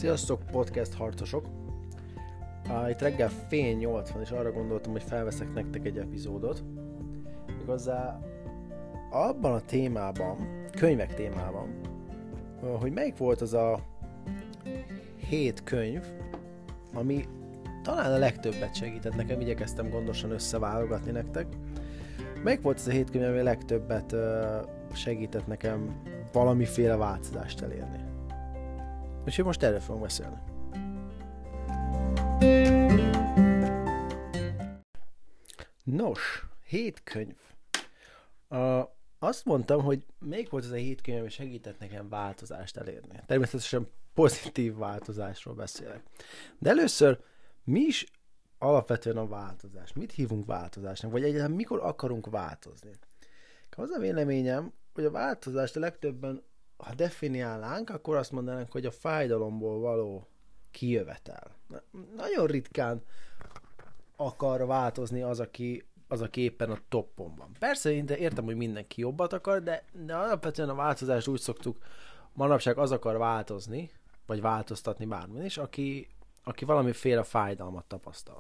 Sziasztok, podcast harcosok! Itt reggel fél 8 van, és arra gondoltam, hogy felveszek nektek egy epizódot. Igazán abban a témában, könyvek témában, hogy melyik volt az a 7 könyv, ami talán a legtöbbet segített nekem, igyekeztem gondosan összeválogatni nektek. Melyik volt az a 7 könyv, ami a legtöbbet segített nekem valamiféle változást elérni? Úgyhogy most erről fogunk beszélni. Nos, 7 könyv. Azt mondtam, hogy melyik volt az a 7 könyv, ami segített nekem változást elérni. Természetesen pozitív változásról beszélek. De először, mi is alapvetően a változás? Mit hívunk változásnak? Vagy egyáltalán mikor akarunk változni? Az a véleményem, hogy a változást a legtöbben, ha definiálnánk, akkor azt mondanánk, hogy a fájdalomból való kijövetel. Nagyon ritkán akar változni az, aki éppen a toppon van. Persze, értem, hogy mindenki jobbat akar, de alapvetően a változást úgy szoktuk, manapság az akar változni, vagy változtatni bármin is, aki valamiféle fájdalmat tapasztal.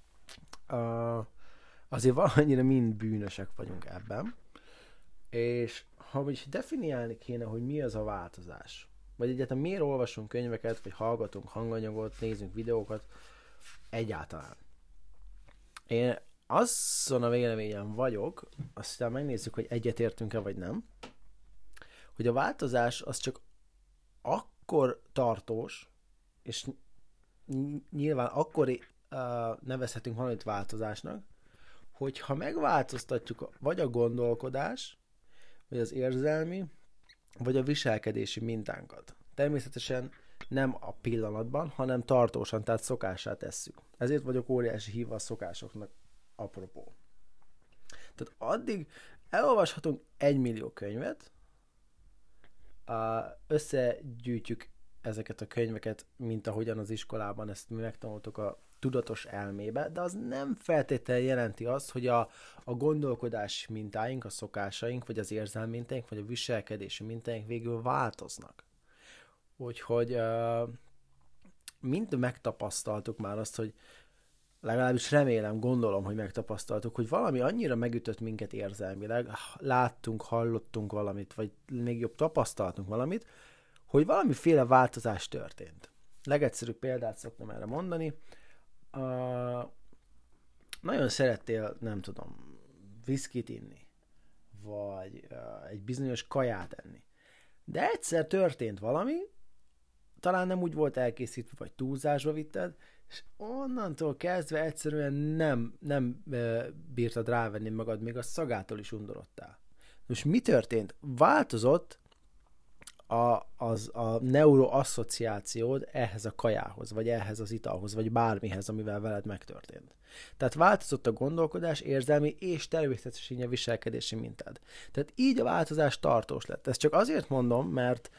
Azért valannyira mind bűnösek vagyunk ebben, és ha úgy definiálni kéne, hogy mi az a változás, vagy egyáltalán miért olvasunk könyveket, vagy hallgatunk hanganyagot, nézünk videókat, egyáltalán. Én azon a véleményen vagyok, aztán megnézzük, hogy egyetértünk-e, vagy nem, hogy a változás az csak akkor tartós, és nyilván akkor nevezhetünk valamit változásnak, hogyha megváltoztatjuk vagy a gondolkodás, vagy az érzelmi, vagy a viselkedési mintánkat. Természetesen nem a pillanatban, hanem tartósan, tehát szokássá tesszük. Ezért vagyok óriási híva a szokásoknak apropó. Tehát addig elolvashatunk 1 millió könyvet, összegyűjtjük ezeket a könyveket, mint ahogyan az iskolában ezt mi megtanultuk a tudatos elmébe, de az nem feltétlenül jelenti azt, hogy a gondolkodási mintáink, a szokásaink, vagy az érzelmi mintáink, vagy a viselkedési mintáink végül változnak. Úgyhogy mind megtapasztaltuk már azt, hogy legalábbis remélem, gondolom, hogy megtapasztaltuk, hogy valami annyira megütött minket érzelmileg, láttunk, hallottunk valamit, vagy még jobb tapasztaltunk valamit, hogy valamiféle változás történt. Legegyszerűbb példát szoktam erre mondani. Nagyon szerettél, nem tudom, viszkit inni, vagy egy bizonyos kaját enni. De egyszer történt valami, talán nem úgy volt elkészítve, vagy túlzásba vitted, és onnantól kezdve egyszerűen nem bírtad rávenni magad, még a szagától is undorodtál. Most mi történt? Változott a neuroasszociációd ehhez a kajához, vagy ehhez az italhoz, vagy bármihez, amivel veled megtörtént. Tehát változott a gondolkodás, érzelmi és természetesen a viselkedési mintád. Tehát így a változás tartós lett. Ezt csak azért mondom, mert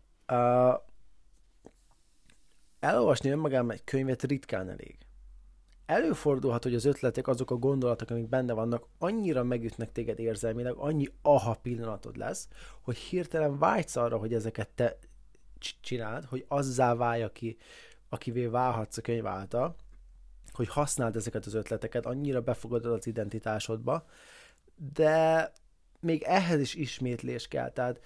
elolvasni önmagában egy könyvet ritkán elég. Előfordulhat, hogy az ötletek, azok a gondolatok, amik benne vannak, annyira megütnek téged érzelmileg, annyi aha pillanatod lesz, hogy hirtelen vágysz arra, hogy ezeket te csináld, hogy azzá válj, akivé válhatsz a könyv által, hogy használd ezeket az ötleteket, annyira befogadod az identitásodba, de még ehhez is ismétlés kell. Tehát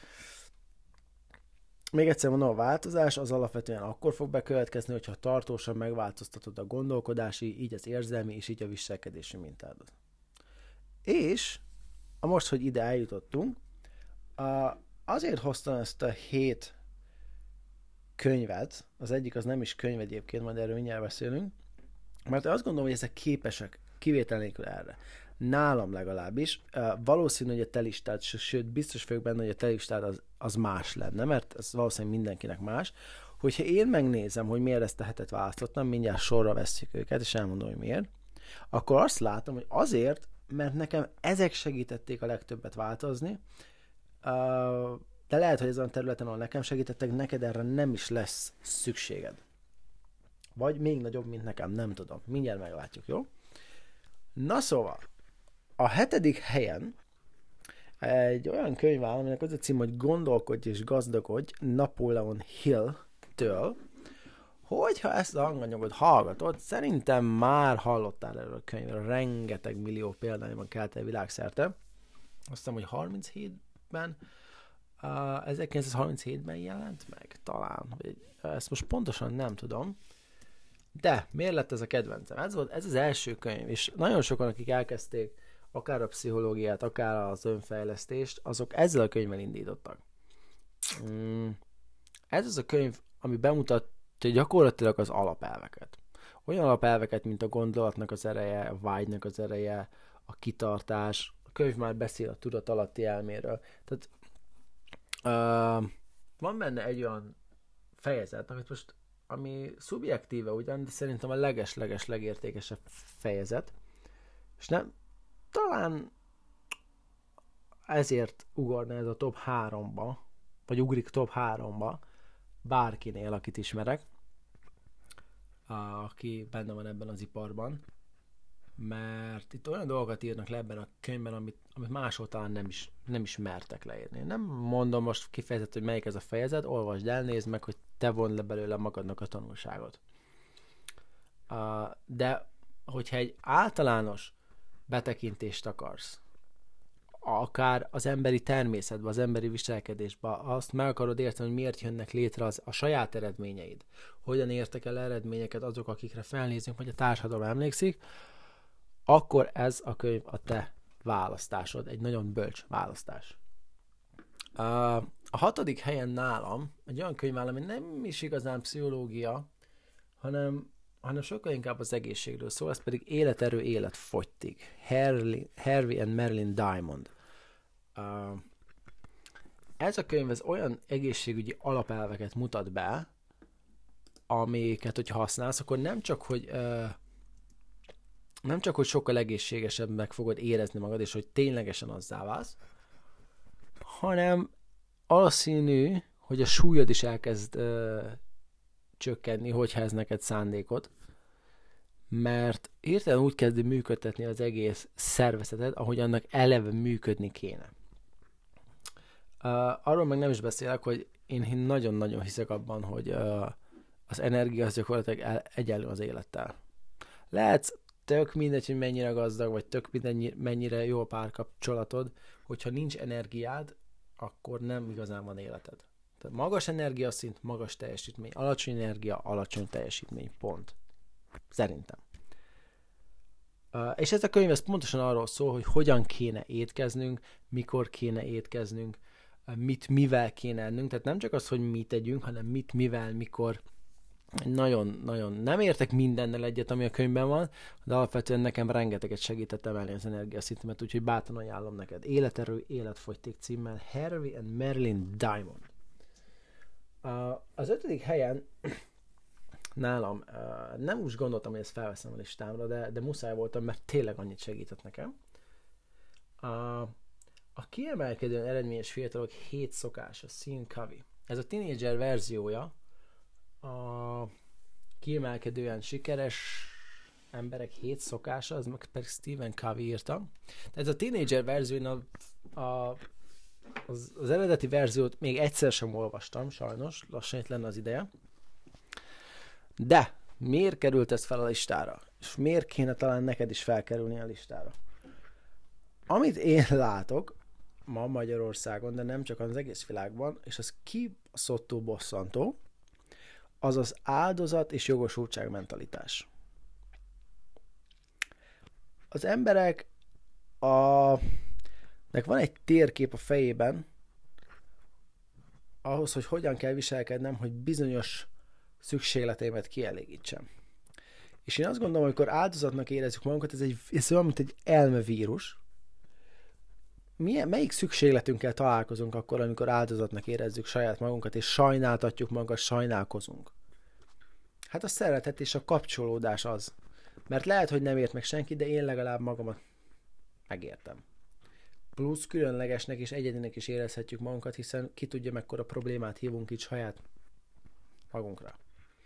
még egyszer mondom, a változás az alapvetően akkor fog bekövetkezni, hogyha tartósan megváltoztatod a gondolkodási, így az érzelmi, és így a viselkedési mintádat. És, most, hogy ide eljutottunk, azért hoztam ezt a 7 könyvet, az egyik az nem is könyv egyébként, majd erről mindjárt beszélünk, mert azt gondolom, hogy ezek képesek kivétel nélkül erre. Nálam legalábbis. Valószínű, hogy a te listád, sőt, biztos vagyok benne, hogy a te listád az más lenne, mert ez valószínűleg mindenkinek más. Hogyha én megnézem, hogy miért ezt a hetet választottam, mindjárt sorra vesszük őket, és elmondom, hogy miért, akkor azt látom, hogy azért, mert nekem ezek segítették a legtöbbet változni, de lehet, hogy ezen a területen, ahol nekem segítettek, neked erre nem is lesz szükséged. Vagy még nagyobb, mint nekem, nem tudom. Mindjárt meglátjuk, jó? Na szóval, a 7. helyen egy olyan könyv áll, aminek az a cím, hogy Gondolkodj és gazdagodj Napoleon Hill-től, Hogyha ezt a hanganyagot hallgatod, szerintem már hallottál erről a könyvről, rengeteg millió példányban kelt el világszerte. Azt hiszem, hogy 37-ben, 1937-ben jelent meg, talán. Ezt most pontosan nem tudom. De miért lett ez a kedvencem? Ez az első könyv, és nagyon sokan, akik elkezdték akár a pszichológiát, akár az önfejlesztést, azok ezzel a könyvvel indítottak. Ez az a könyv, ami bemutatja gyakorlatilag az alapelveket. Olyan alapelveket, mint a gondolatnak az ereje, a vágynak az ereje, a kitartás. A könyv már beszél a tudatalatti elméről. Tehát van benne egy olyan fejezet, ami szubjektíve ugyan, de szerintem a leges-leges legértékesebb fejezet. És nem, talán ezért ugorna ez a top 3-ba, vagy ugrik top 3-ba bárkinél, akit ismerek, aki benne van ebben az iparban, mert itt olyan dolgokat írnak le ebben a könyvben, amit máshol talán nem is mertek leírni. Nem mondom most kifejezetten, hogy melyik ez a fejezet, olvasd el, nézd meg, hogy te vond le belőle magadnak a tanulságot. De hogyha egy általános betekintést akarsz, akár az emberi természetbe, az emberi viselkedésbe, azt meg akarod érteni, hogy miért jönnek létre a saját eredményeid, hogyan értek el eredményeket azok, akikre felnézünk, vagy a társadalom emlékszik, akkor ez a könyv a te választásod, egy nagyon bölcs választás. A 6. helyen nálam egy olyan könyv áll, ami nem is igazán pszichológia, hanem sokkal inkább az egészségről szól, ez pedig Életerő, életfogytig. Harvey and Marilyn Diamond. Ez a könyv olyan egészségügyi alapelveket mutat be, amiket, hogyha használsz, akkor nem csak, hogy sokkal egészségesebbnek fogod érezni magad, és hogy ténylegesen azzá válsz, hanem valószínű, hogy a súlyod is elkezd csökkenni, hogyha ez neked szándékod, mert hirtelen úgy kezdi működtetni az egész szervezeted, ahogy annak eleve működni kéne. Arról meg nem is beszélek, hogy én nagyon-nagyon hiszek abban, hogy az energia az gyakorlatilag egyenlő az élettel. Lehetsz tök mindegy, hogy mennyire gazdag, vagy tök mindegy, mennyire jó a párkapcsolatod, hogyha nincs energiád, akkor nem igazán van életed. Tehát magas energiaszint, magas teljesítmény, alacsony energia, alacsony teljesítmény, pont. Szerintem. És ez a könyv ez pontosan arról szól, hogy hogyan kéne étkeznünk, mikor kéne étkeznünk, mivel kéne ennünk, tehát nem csak az, hogy mit tegyünk, hanem mivel, mikor. Nagyon-nagyon nem értek mindennel egyet, ami a könyvben van, de alapvetően nekem rengeteget segített emelni az energiaszintemet, úgyhogy bátran ajánlom neked. Életerő, életfogytig címmel Harvey and Marilyn Diamond. Az 5. helyen nálam nem úgy gondoltam, hogy ezt felveszem a listámra, de muszáj voltam, mert tényleg annyit segített nekem. A kiemelkedően eredményes fiatalok 7 szokása, Stephen Covey. Ez a tínédzser verziója a kiemelkedően sikeres emberek 7 szokása, az meg pedig Stephen Covey írta. Tehát ez a tínédzser verzió, az eredeti verziót még egyszer sem olvastam, sajnos, lassan itt lenne az ideje. De miért került ez fel a listára? És miért kéne talán neked is felkerülni a listára? Amit én látok ma Magyarországon, de nem csak az egész világban, és az kibaszottul bosszantó, az az áldozat és jogosultság mentalitás. Az emberek nek van egy térkép a fejében ahhoz, hogy hogyan kell viselkednem, hogy bizonyos szükségleteimet kielégítsem. És én azt gondolom, amikor áldozatnak érezzük magunkat, ez olyan, mint egy elmevírus. Melyik szükségletünkkel találkozunk akkor, amikor áldozatnak érezzük saját magunkat, és sajnáltatjuk magunkat, sajnálkozunk? Hát a szeretet és a kapcsolódás az. Mert lehet, hogy nem ért meg senki, de én legalább magamat megértem. Plusz különlegesnek és egyedinek is érezhetjük magunkat, hiszen ki tudja, mekkora problémát hívunk itt saját magunkra.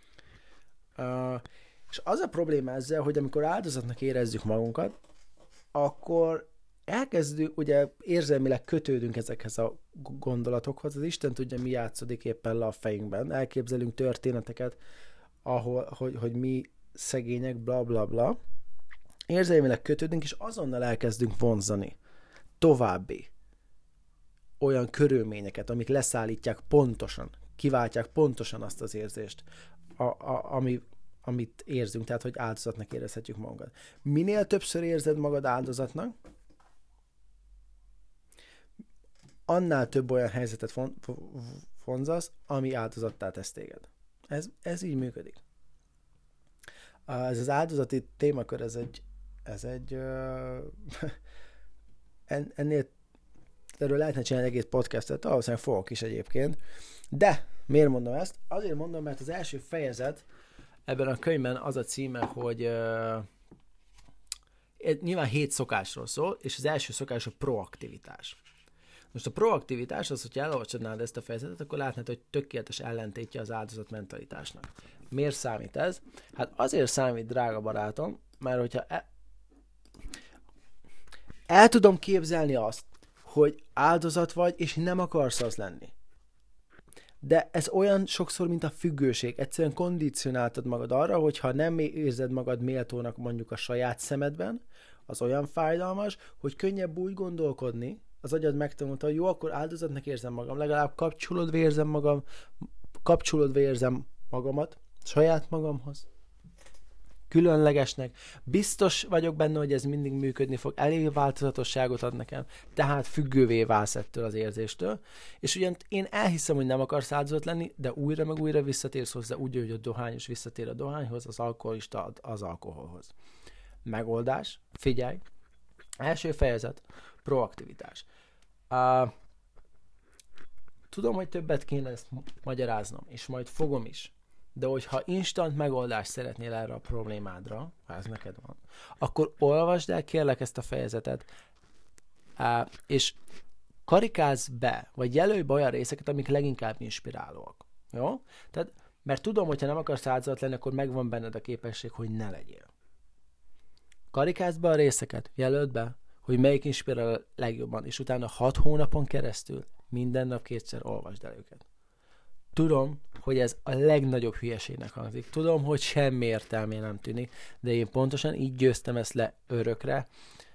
És az a probléma ezzel, hogy amikor áldozatnak érezzük magunkat, akkor elkezdünk, ugye érzelmileg kötődünk ezekhez a gondolatokhoz, az Isten tudja, mi játszódik éppen le a fejünkben. Elképzelünk történeteket hogy mi szegények, bla bla bla, érzelmileg kötődünk, és azonnal elkezdünk vonzani további olyan körülményeket, amik leszállítják pontosan, kiváltják pontosan azt az érzést, amit érzünk, tehát hogy áldozatnak érezhetjük magunkat. Minél többször érzed magad áldozatnak, annál több olyan helyzetet vonzasz, ami áldozattá tesz téged. Ez így működik. Ez az áldozati témakör, ennél erről lehetne csinálni egész podcastet, valószínűleg fogok is egyébként. De miért mondom ezt? Azért mondom, mert az első fejezet ebben a könyvben az a címe, hogy nyilván 7 szokásról szól, és az első szokás a proaktivitás. Most a proaktivitás az, hogyha elolvasodnád ezt a fejezetet, akkor látnád, hogy tökéletes ellentétje az áldozat mentalitásnak. Miért számít ez? Hát azért számít, drága barátom, mert hogyha el tudom képzelni azt, hogy áldozat vagy, és nem akarsz az lenni. De ez olyan sokszor, mint a függőség. Egyszerűen kondicionáltad magad arra, hogyha nem érzed magad méltónak mondjuk a saját szemedben, az olyan fájdalmas, hogy könnyebb úgy gondolkodni, az agyad megtanulta, hogy jó, akkor áldozatnak érzem magam, legalább kapcsolódva érzem magamat saját magamhoz. Különlegesnek. Biztos vagyok benne, hogy ez mindig működni fog. Elég változatosságot ad nekem. Tehát függővé válsz ettől az érzéstől. És ugyan én elhiszem, hogy nem akarsz áldozat lenni, de újra meg újra visszatérsz hozzá, úgy, hogy a dohányos visszatér a dohányhoz, az alkoholista az alkoholhoz. Megoldás. Figyelj. Első fejezet. Proaktivitás. Tudom, hogy többet kéne ezt magyaráznom, és majd fogom is. De hogyha instant megoldást szeretnél erre a problémádra, ha ez neked van, akkor olvasd el kérlek ezt a fejezetet, és karikázz be, vagy jelölj be olyan részeket, amik leginkább inspirálóak. Jó? Tehát, mert tudom, hogyha nem akarsz áldozat lenni, akkor megvan benned a képesség, hogy ne legyél. Karikázz be a részeket, jelöld be, hogy melyik inspirál a legjobban, és utána 6 hónapon keresztül minden nap 2-szer olvasd el őket. Tudom, hogy ez a legnagyobb hülyeségnek hangzik. Tudom, hogy semmi értelmé nem tűnik, de én pontosan így győztem ezt le örökre,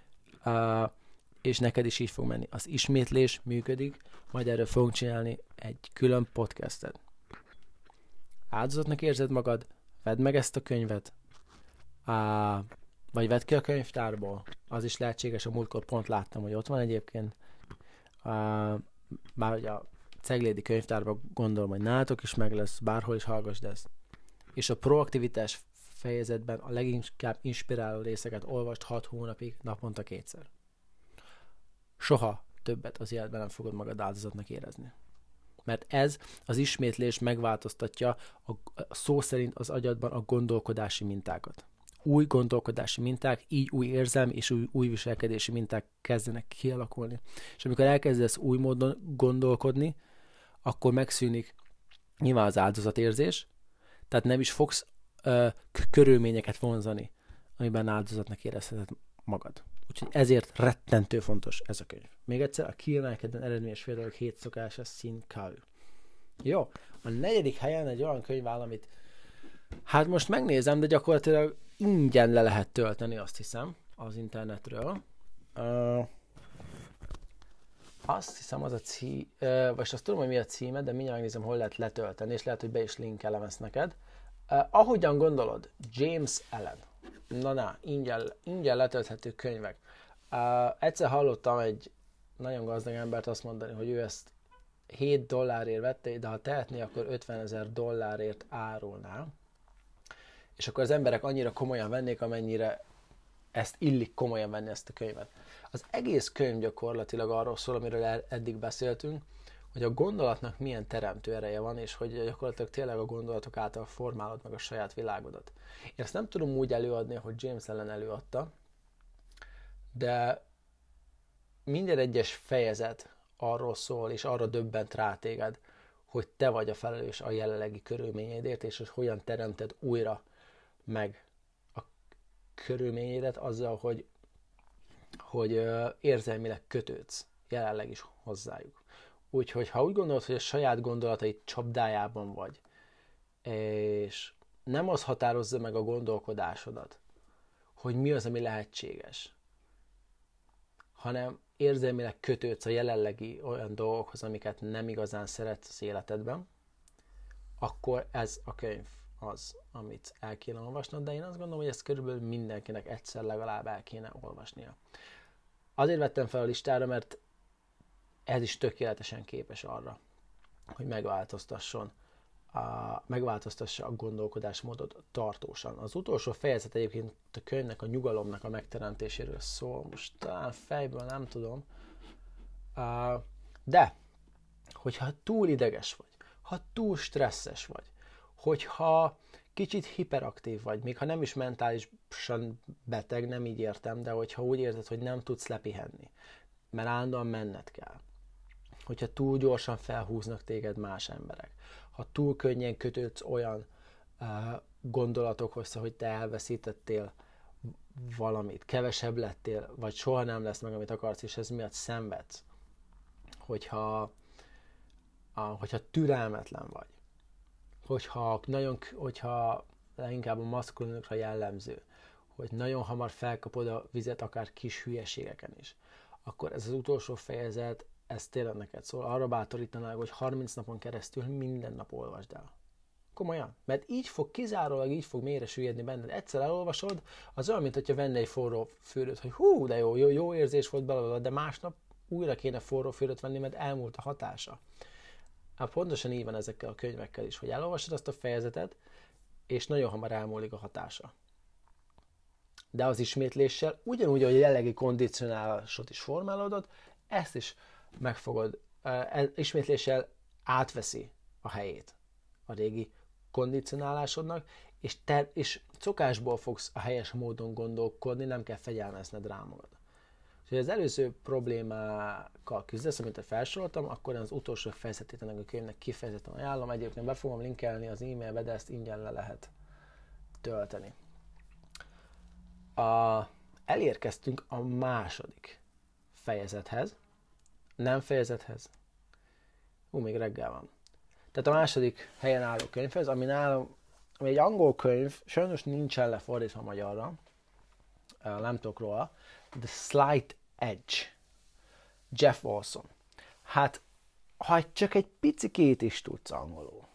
és neked is így fog menni. Az ismétlés működik, majd erről fogunk csinálni egy külön podcastet. Áldozatnak érzed magad, vedd meg ezt a könyvet, vagy vedd ki a könyvtárból, az is lehetséges, a múltkor pont láttam, hogy ott van egyébként, már hogy a Ceglédi könyvtárban gondolom, hogy nálatok is meg lesz, bárhol is hallgassd ezt. És a proaktivitás fejezetben a leginkább inspiráló részeket olvasd 6 hónapig, naponta 2-szer. Soha többet az életben nem fogod magad áldozatnak érezni. Mert ez az ismétlés megváltoztatja a szó szerint az agyadban a gondolkodási mintákat. Új gondolkodási minták, így új érzelmi és új viselkedési minták kezdenek kialakulni. És amikor elkezdesz új módon gondolkodni, akkor megszűnik nyilván az áldozatérzés, tehát nem is fogsz körülményeket vonzani, amiben áldozatnak érezheted magad. Úgyhogy ezért rettentő fontos ez a könyv. Még egyszer, a kiemelkedően eredményes féldelők 7 szokása, Sin Kao. Jó, a 4. helyen egy olyan könyv áll, amit hát most megnézem, de gyakorlatilag ingyen le lehet tölteni, azt hiszem, az internetről. Azt hiszem, az a vagy azt tudom, hogy mi a címe, de mindjárt megnézem, hol lehet letölteni, és lehet, hogy be is linkelem ezt neked. Ahogyan gondolod, James Allen. Na, ingyen letölthető könyvek. Egyszer hallottam egy nagyon gazdag embert azt mondani, hogy ő ezt $7 vette, de ha tehetné, akkor $50,000 árulná. És akkor az emberek annyira komolyan vennék, amennyire ezt illik komolyan venni, ezt a könyvet. Az egész könyv gyakorlatilag arról szól, amiről eddig beszéltünk, hogy a gondolatnak milyen teremtő ereje van, és hogy gyakorlatilag tényleg a gondolatok által formálod meg a saját világodat. Én ezt nem tudom úgy előadni, hogy James Allen előadta, de minden egyes fejezet arról szól, és arra döbbent rá téged, hogy te vagy a felelős a jelenlegi körülményeidért, és hogy hogyan teremted újra meg a körülményedet azzal, hogy érzelmileg kötődsz jelenleg is hozzájuk. Úgyhogy ha úgy gondolod, hogy a saját gondolataid csapdájában vagy, és nem az határozza meg a gondolkodásodat, hogy mi az, ami lehetséges, hanem érzelmileg kötődsz a jelenlegi olyan dolgokhoz, amiket nem igazán szeretsz az életedben, akkor ez a könyv az, amit el kéne olvasnod, de én azt gondolom, hogy ezt körülbelül mindenkinek egyszer legalább el kéne olvasnia. Azért vettem fel a listára, mert ez is tökéletesen képes arra, hogy megváltoztassa a gondolkodásmódot tartósan. Az utolsó fejezet egyébként a könyvnek a nyugalomnak a megteremtéséről szól. Most talán fejből nem tudom. De, hogyha túl ideges vagy, ha túl stresszes vagy, hogyha kicsit hiperaktív vagy, még ha nem is mentálisan beteg, nem így értem, de hogyha úgy érzed, hogy nem tudsz lepihenni, mert állandóan menned kell, hogyha túl gyorsan felhúznak téged más emberek, ha túl könnyen kötődsz olyan gondolatokhoz, hogy te elveszítettél valamit, kevesebb lettél, vagy soha nem lesz meg, amit akarsz, és ez miatt szenvedsz, hogyha türelmetlen vagy, hogyha inkább a maszkulinokra jellemző, hogy nagyon hamar felkapod a vizet, akár kis hülyeségeken is, akkor ez az utolsó fejezet, ez tényleg neked szól. Arra bátorítanák, hogy 30 napon keresztül minden nap olvasd el. Komolyan. Mert kizárólag így fog mélyre süllyedni benned. Egyszer elolvasod, az olyan, mint hogyha venne egy forró fürdőt, hogy hú, de jó érzés volt belőle, de másnap újra kéne forró fürdőt venni, mert elmúlt a hatása. Pontosan így van ezekkel a könyvekkel is, hogy elolvasod azt a fejezetet, és nagyon hamar elmúlik a hatása. De az ismétléssel, ugyanúgy, ahogy a jellegi kondicionálásot is formálódott, ezt is megfogod, ismétléssel átveszi a helyét a régi kondicionálásodnak, és szokásból fogsz a helyes módon gondolkodni, nem kell fegyelmezned rá magad. Ha az előző problémákkal küzdesz, amit felsoroltam, akkor az utolsó fejezetét ennek a könyvnek kifejezetten ajánlom. Egyébként be fogom linkelni az e-mailbe, de ezt ingyen le lehet tölteni. Elérkeztünk a második fejezethez. Nem fejezethez. Még reggel van. Tehát a második helyen álló könyvhez, ami egy angol könyv, sajnos nincsen lefordítva magyarra, nem tudok róla, The Slight Edge, Jeff Olson. Hát, ha csak egy picikét is tudsz angolul,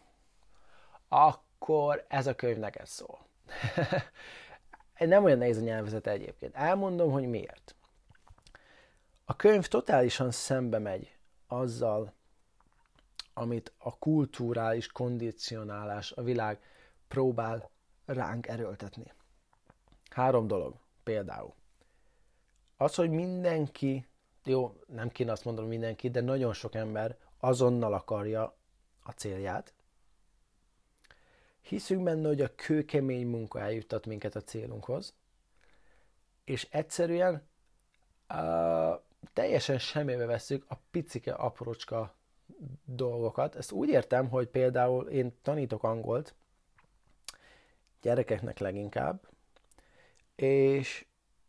akkor ez a könyv neked szól. Nem olyan nehéz a nyelvezete egyébként. Elmondom, hogy miért. A könyv totálisan szembe megy azzal, amit a kulturális kondicionálás, a világ próbál ránk erőltetni. 3 dolog például. Az, hogy mindenki, jó, nem kéne azt mondanom mindenki, de nagyon sok ember azonnal akarja a célját. Hiszünk benne, hogy a kőkemény munka eljuttat minket a célunkhoz, és egyszerűen teljesen semmibe vesszük a picike, aprócska dolgokat. Ezt úgy értem, hogy például én tanítok angolt, gyerekeknek leginkább, és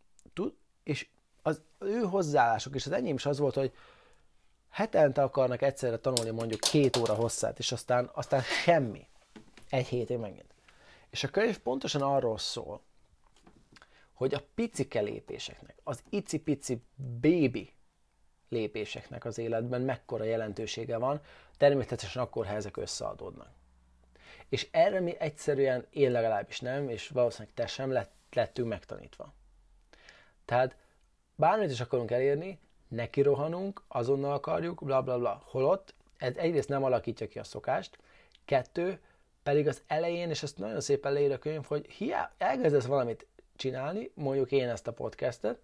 az ő hozzáállásuk, és az enyém is az volt, hogy hetente akarnak egyszerre tanulni mondjuk 2 óra hosszát, és aztán semmi. 1 hétig megint. És a könyv pontosan arról szól, hogy a picike lépéseknek, az icipici baby lépéseknek az életben mekkora jelentősége van, természetesen akkor, ha ezek összeadódnak. És erre mi egyszerűen, én legalábbis nem, és valószínűleg te sem lettünk megtanítva. Tehát bármit is akarunk elérni, neki rohanunk, azonnal akarjuk, bla bla bla. Holott ez egyrészt nem alakítja ki a szokást, 2, pedig az elején, és ezt nagyon szépen leír a könyv, hogy elkezdesz valamit csinálni, mondjuk én ezt a podcastet,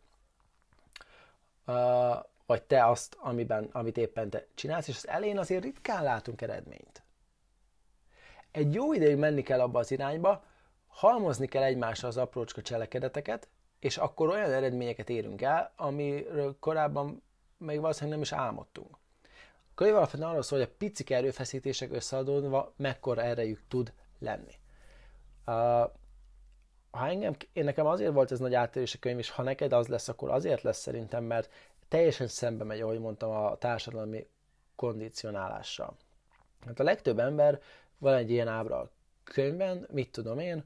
vagy te azt, amit éppen te csinálsz, és az elején azért ritkán látunk eredményt. Egy jó ideig menni kell abba az irányba, halmozni kell egymásra az aprócska cselekedeteket, és akkor olyan eredményeket érünk el, amiről korábban még valószínűleg nem is álmodtunk. A könyv alapvetően arról szól, hogy a picike erőfeszítések összeadódva mekkora erejük tud lenni. Nekem azért volt ez nagy áttörés a könyv, és ha neked az lesz, akkor azért lesz szerintem, mert teljesen szembe megy, ahogy mondtam, a társadalmi kondicionálással. Hát a legtöbb ember, van egy ilyen ábra a könyvben, mit tudom én,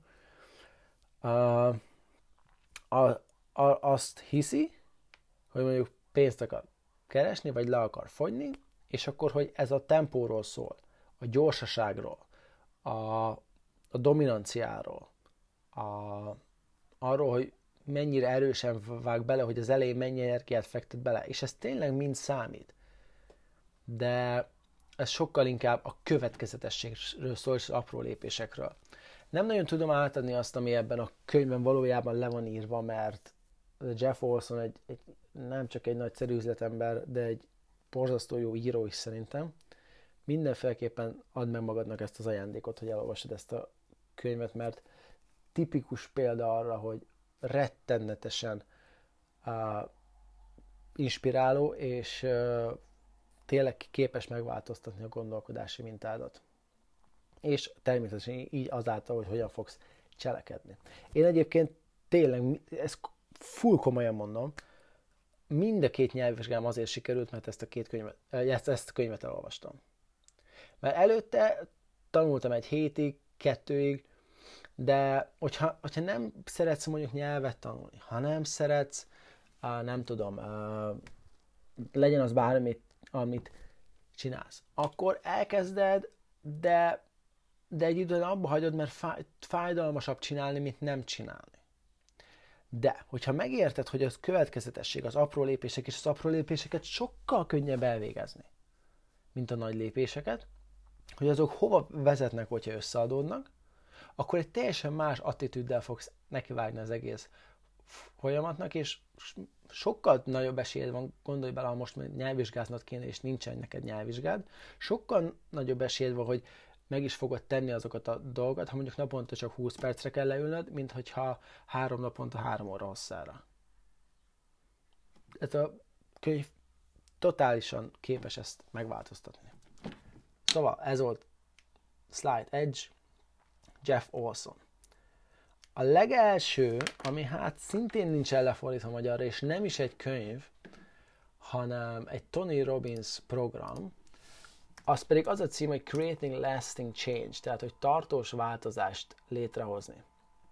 azt hiszi, hogy mondjuk pénzt akar keresni, vagy le akar fogyni, és akkor, hogy ez a tempóról szól, a gyorsaságról, a dominanciáról, arról, hogy mennyire erősen vág bele, hogy az elején mennyi energiát fektet bele, és ez tényleg mind számít. De ez sokkal inkább a következetességről szól, és az apró lépésekről. Nem nagyon tudom átadni azt, ami ebben a könyvben valójában le van írva, mert Jeff Olson nem csak egy nagyszerű üzletember, de egy borzasztó jó író is szerintem. Mindenféleképpen add meg magadnak ezt az ajándékot, hogy elolvasod ezt a könyvet, mert tipikus példa arra, hogy rettenetesen inspiráló, és tényleg képes megváltoztatni a gondolkodási mintádat. És természetesen így azáltal, hogy hogyan fogsz cselekedni. Én egyébként tényleg, ezt full komolyan mondom, mind a két nyelvvizsgám azért sikerült, mert ezt a könyvet elolvastam. Mert előtte tanultam egy hétig, 2-ig, de hogyha nem szeretsz mondjuk nyelvet tanulni, ha nem szeretsz, nem tudom, legyen az bármit, amit csinálsz, akkor elkezded, de egy időn abba hagyod, mert fájdalmasabb csinálni, mint nem csinálni. De, hogyha megérted, hogy az következetesség, az apró lépések, és az apró lépéseket sokkal könnyebb elvégezni, mint a nagy lépéseket, hogy azok hova vezetnek, hogyha összeadódnak, akkor egy teljesen más attitűddel fogsz nekivágni az egész folyamatnak, és sokkal nagyobb esélyed van, gondolj bele, ha most nyelvvizsgáznod kéne, és nincsen neked nyelvvizsgád, sokkal nagyobb esélyed van, hogy meg is fogod tenni azokat a dolgokat, ha mondjuk naponta csak 20 percre kell leülnöd, mint hogyha 3 naponta 3 óra hosszára. Ez a könyv totálisan képes ezt megváltoztatni. Szóval ez volt Slight Edge, Jeff Olson. A legelső, ami hát szintén nincs lefordítva magyarra, és nem is egy könyv, hanem egy Tony Robbins program, az pedig az a cím, hogy Creating Lasting Change, tehát hogy tartós változást létrehozni.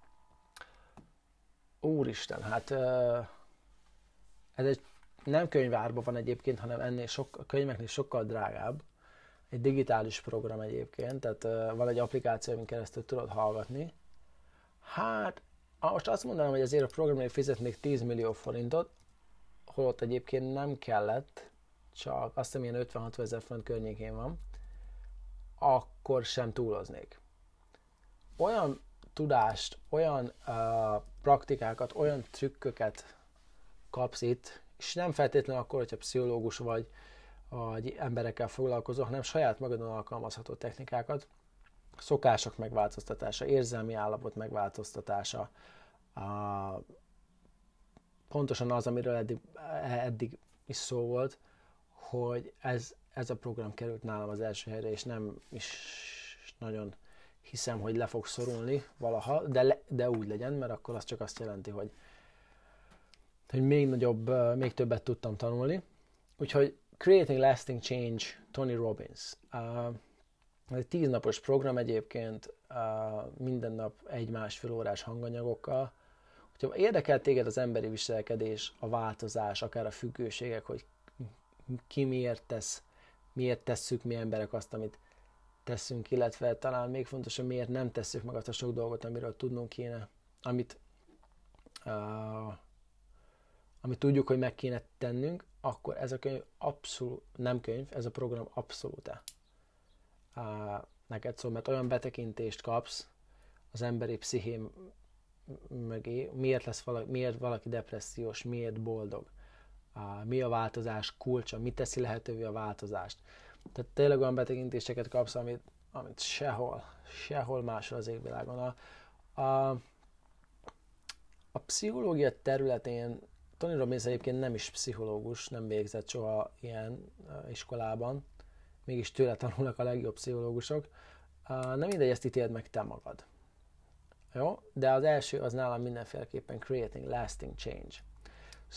Úristen, hát ez egy nem könyvárban van egyébként, hanem ennél a könyveknél sokkal drágább. Egy digitális program egyébként, tehát van egy applikáció, amin keresztül tudod hallgatni. Hát, most azt mondanám, hogy azért a programért fizetnék 10 millió forintot, holott egyébként nem kellett, csak azt hiszem ilyen 50-60 ezer forint környékén van, akkor sem túloznék. Olyan tudást, olyan praktikákat, olyan trükköket kapsz itt, és nem feltétlenül akkor, hogyha pszichológus vagy emberekkel foglalkozol, hanem saját magadon alkalmazható technikákat, szokások megváltoztatása, érzelmi állapot megváltoztatása, pontosan az, amiről eddig is szó volt, hogy ez a program került nálam az első helyre, és nem is nagyon hiszem, hogy le fog szorulni valaha, de úgy legyen, mert akkor az csak azt jelenti, hogy még többet tudtam tanulni. Úgyhogy Creating Lasting Change, Tony Robbins. Ez egy 10 napos program egyébként, minden nap 1-1,5 órás hanganyagokkal. Hogyha érdekel téged az emberi viselkedés, a változás, akár a függőségek, hogy ki miért tesszük mi emberek azt, amit teszünk, illetve talán még fontosabb, miért nem tesszük meg azt a sok dolgot, amiről tudnunk kéne, amit tudjuk, hogy meg kéne tennünk, akkor ez a könyv abszolút, nem könyv, ez a program abszolút neked szól, mert olyan betekintést kapsz az emberi pszichém mögé, miért valaki depressziós, miért boldog, mi a változás kulcsa, mi teszi lehetővé a változást. Tehát tényleg olyan betekintéseket kapsz, amit sehol máshol az égvilágon. A pszichológia területén Tony Robbins egyébként nem is pszichológus, nem végzett soha ilyen iskolában, mégis tőle tanulnak a legjobb pszichológusok. Nem mindegy, ezt ítéld meg te magad. Jó? De az első az nálam mindenféleképpen Creating Lasting Change.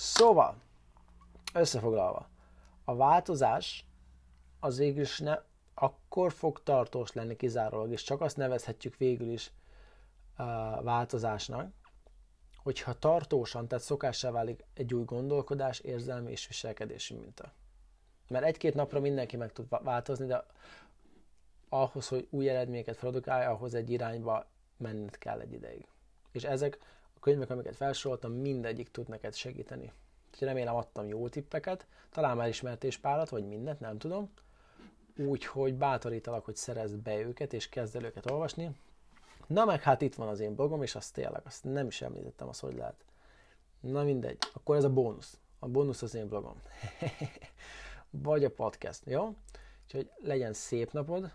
Szóval, összefoglalva, a változás az végül is akkor fog tartós lenni kizárólag, és csak azt nevezhetjük végül is változásnak, hogyha tartósan, tehát szokássá válik egy új gondolkodás, érzelmi és viselkedési minta. Mert egy-két napra mindenki meg tud változni, de ahhoz, hogy új eredményeket produkálja, ahhoz egy irányba menned kell egy ideig. És ezek a könyvek, amiket felsoroltam, mindegyik tud neked segíteni. Úgyhogy remélem adtam jó tippeket, talán már ismertél is párat, vagy mindent, nem tudom. Úgyhogy bátorítalak, hogy szerezd be őket, és kezd el őket olvasni. Na meg hát itt van az én blogom, és azt tényleg, azt nem is említettem, azt hogy lehet. Na mindegy, akkor ez a bónusz. A bónusz az én blogom. Vagy a podcast, jó? Úgyhogy legyen szép napod.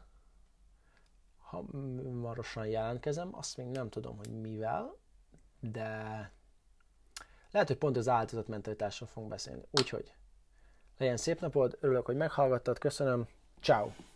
Hamarosan jelentkezem, azt még nem tudom, hogy mivel, de lehet, hogy pont az áldozatmentalitásról fogunk beszélni. Úgyhogy legyen szép napod, örülök, hogy meghallgattad, köszönöm, ciao.